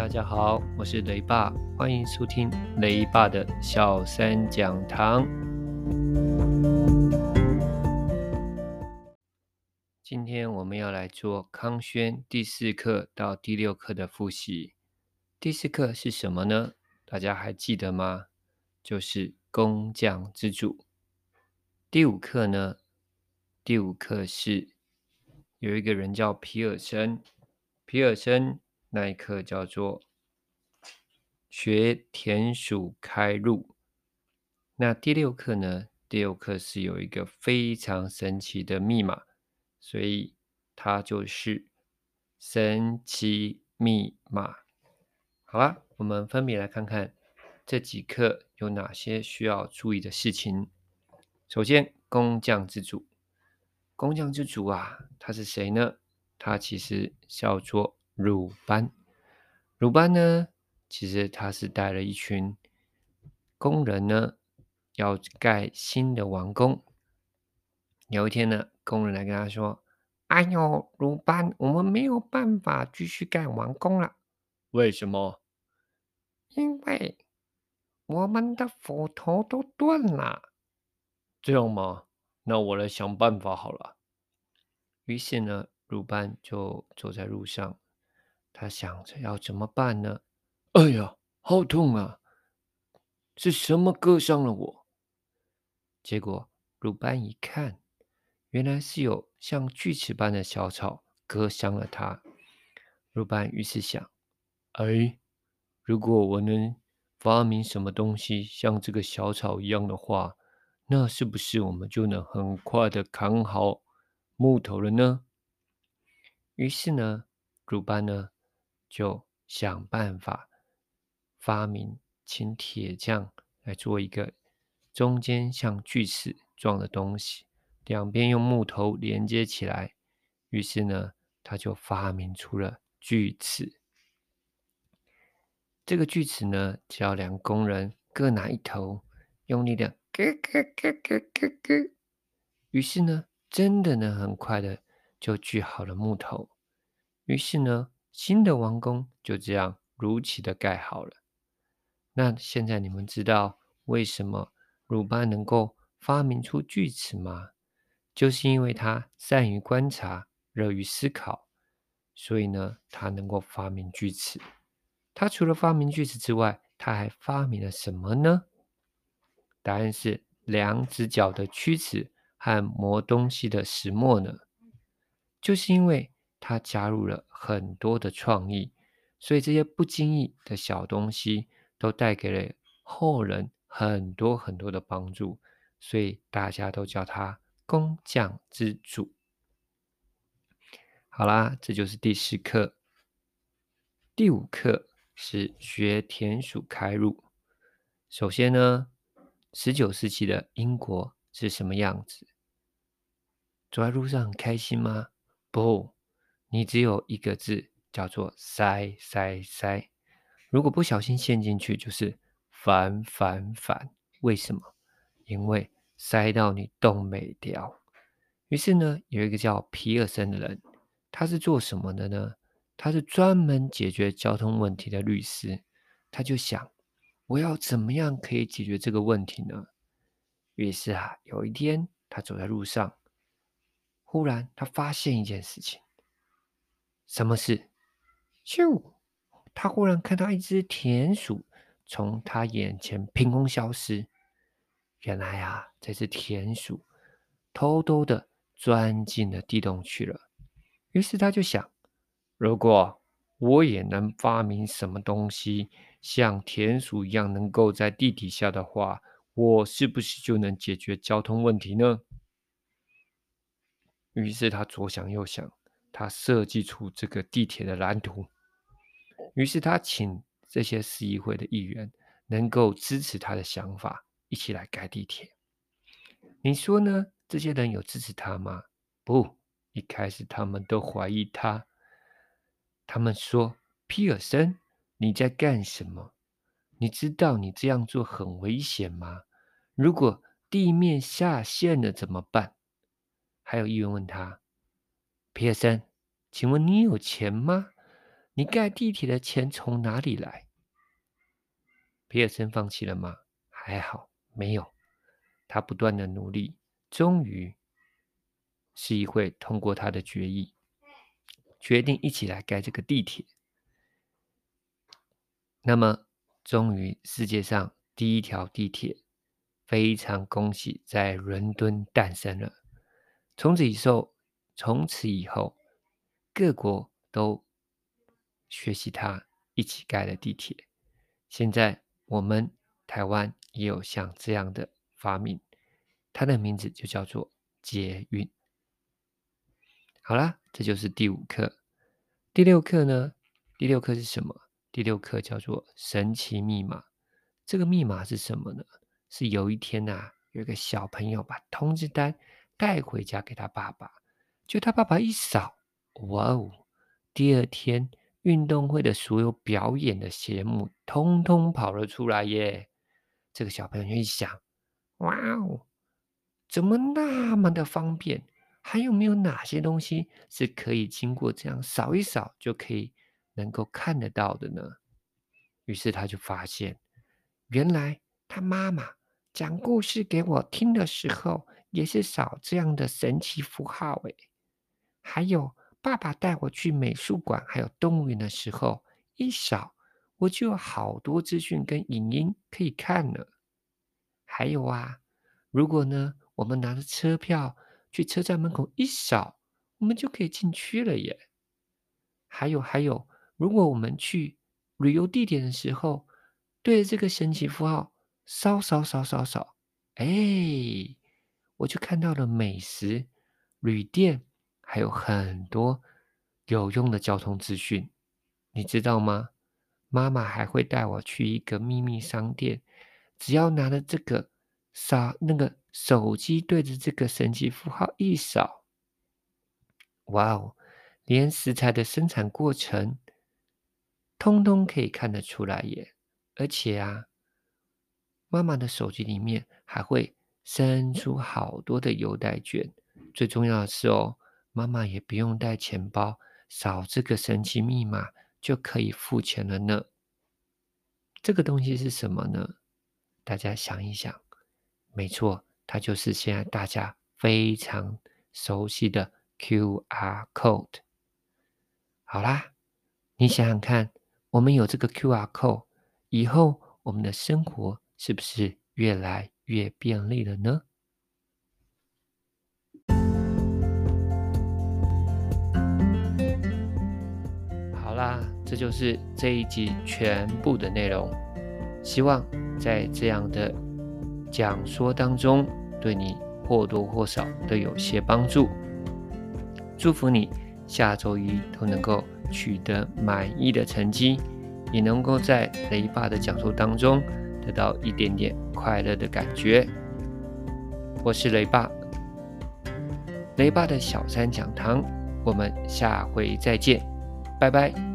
家好，我是雷爸，欢迎收听雷爸的小三讲堂。今天我们要来做康轩第4课到第6课的复习。第4课是什么呢？大家还记得吗？就是工匠之主。第5课呢？第5课是有一个人叫皮尔森，皮尔森那一课叫做学田鼠开路。那第6课呢？第6课是有一个非常神奇的密码，所以它就是神奇密码。好啦，我们分别来看看这几课有哪些需要注意的事情。首先，工匠之主。工匠之主啊，他是谁呢？他其实叫做鲁班。鲁班呢，其实他是带了一群工人呢，要盖新的王宫。有一天呢，工人来跟他说：哎呦，鲁班，我们没有办法继续盖王宫了。为什么？因为我们的斧头都断了。这样吗？那我来想办法好了。于是呢，鲁班就走在路上，他想着要怎么办呢？哎呀，好痛啊！是什么割伤了我？结果鲁班一看，原来是有像锯齿般的小草割伤了他。鲁班于是想：哎，如果我能发明什么东西像这个小草一样的话，那是不是我们就能很快的砍好木头了呢？于是呢，鲁班呢就想办法发明请铁匠来做一个中间像锯齿状的东西，两边用木头连接起来。于是呢，他就发明出了锯齿。这个锯齿呢，只要2个工人各拿一头，用力的咯咯咯咯咯咯，于是呢，真的呢，很快的就锯好了木头。于是呢，新的王宫就这样如期的盖好了。那现在你们知道为什么鲁班能够发明出锯齿吗？就是因为他善于观察，乐于思考，所以呢，他能够发明锯齿。他除了发明锯齿之外，他还发明了什么呢？答案是2只脚的曲尺和磨东西的石磨呢。就是因为他加入了很多的创意，所以这些不经意的小东西都带给了后人很多很多的帮助，所以大家都叫他工匠之主。好啦，这就是第10课。第5课是学田鼠开路。首先呢，19世纪的英国是什么样子？走在路上很开心吗？不，你只有一个字，叫做塞塞塞。如果不小心陷进去，就是烦烦烦。为什么？因为塞到你动没掉。于是呢，有一个叫皮尔森的人，他是做什么的呢？他是专门解决交通问题的律师。他就想，我要怎么样可以解决这个问题呢？于是啊，有一天他走在路上，忽然他发现一件事情。什么事？咻！他忽然看到一只田鼠从他眼前凭空消失。原来啊，这只田鼠偷偷的钻进了地洞去了。于是他就想，如果我也能发明什么东西，像田鼠一样能够在地底下的话，我是不是就能解决交通问题呢？于是他左想右想，他设计出这个地铁的蓝图。于是他请这些市议会的议员能够支持他的想法，一起来盖地铁。你说呢？这些人有支持他吗？不，一开始他们都怀疑他。他们说：皮尔森，你在干什么？你知道你这样做很危险吗？如果地面下陷了怎么办？还有议员问他：皮尔森，请问你有钱吗？ 你盖地铁的钱从哪里来？皮尔森放弃了吗？还好，没有。他不断的努力，终于市议会通过他的决议，决定一起来盖这个地铁。那么，终于世界上第一条地铁，非常恭喜，在伦敦诞生了。从此以后，各国都学习它，一起盖了地铁。现在我们台湾也有像这样的发明，它的名字就叫做捷运。好啦，这就是第5课。第6课呢？第6课是什么？第6课叫做神奇密码。这个密码是什么呢？是有一天有一个小朋友把通知单带回家给他爸爸，就他爸爸一扫，哇哦！第2天运动会的所有表演的节目通通跑了出来耶！这个小朋友就一想，哇哦，怎么那么的方便？还有没有哪些东西是可以经过这样扫一扫就可以能够看得到的呢？于是他就发现，原来他妈妈讲故事给我听的时候，也是扫这样的神奇符号诶。还有爸爸带我去美术馆还有动物园的时候，一扫我就有好多资讯跟影音可以看了。还有如果呢我们拿着车票去车站门口一扫，我们就可以进去了耶。还有，如果我们去旅游地点的时候，对着这个神奇符号扫，哎，我就看到了美食、旅店，还有很多有用的交通资讯。你知道吗？妈妈还会带我去一个秘密商店，只要拿着这个那个手机对着这个神奇符号一扫，哇哦！连食材的生产过程，通通可以看得出来耶。而且妈妈的手机里面还会生出好多的邮袋卷。最重要的是妈妈也不用带钱包，扫这个神奇密码就可以付钱了呢。这个东西是什么呢？大家想一想。没错，它就是现在大家非常熟悉的 QR code。好啦，你想想看，我们有这个 QR code，以后我们的生活是不是越来越便利了呢？好啦，这就是这一集全部的内容。希望在这样的讲说当中，对你或多或少都有些帮助。祝福你下周一都能够取得满意的成绩，也能够在雷爸的讲座当中得到一点点快乐的感觉。我是雷爸，雷爸的小三讲堂，我们下回再见，拜拜。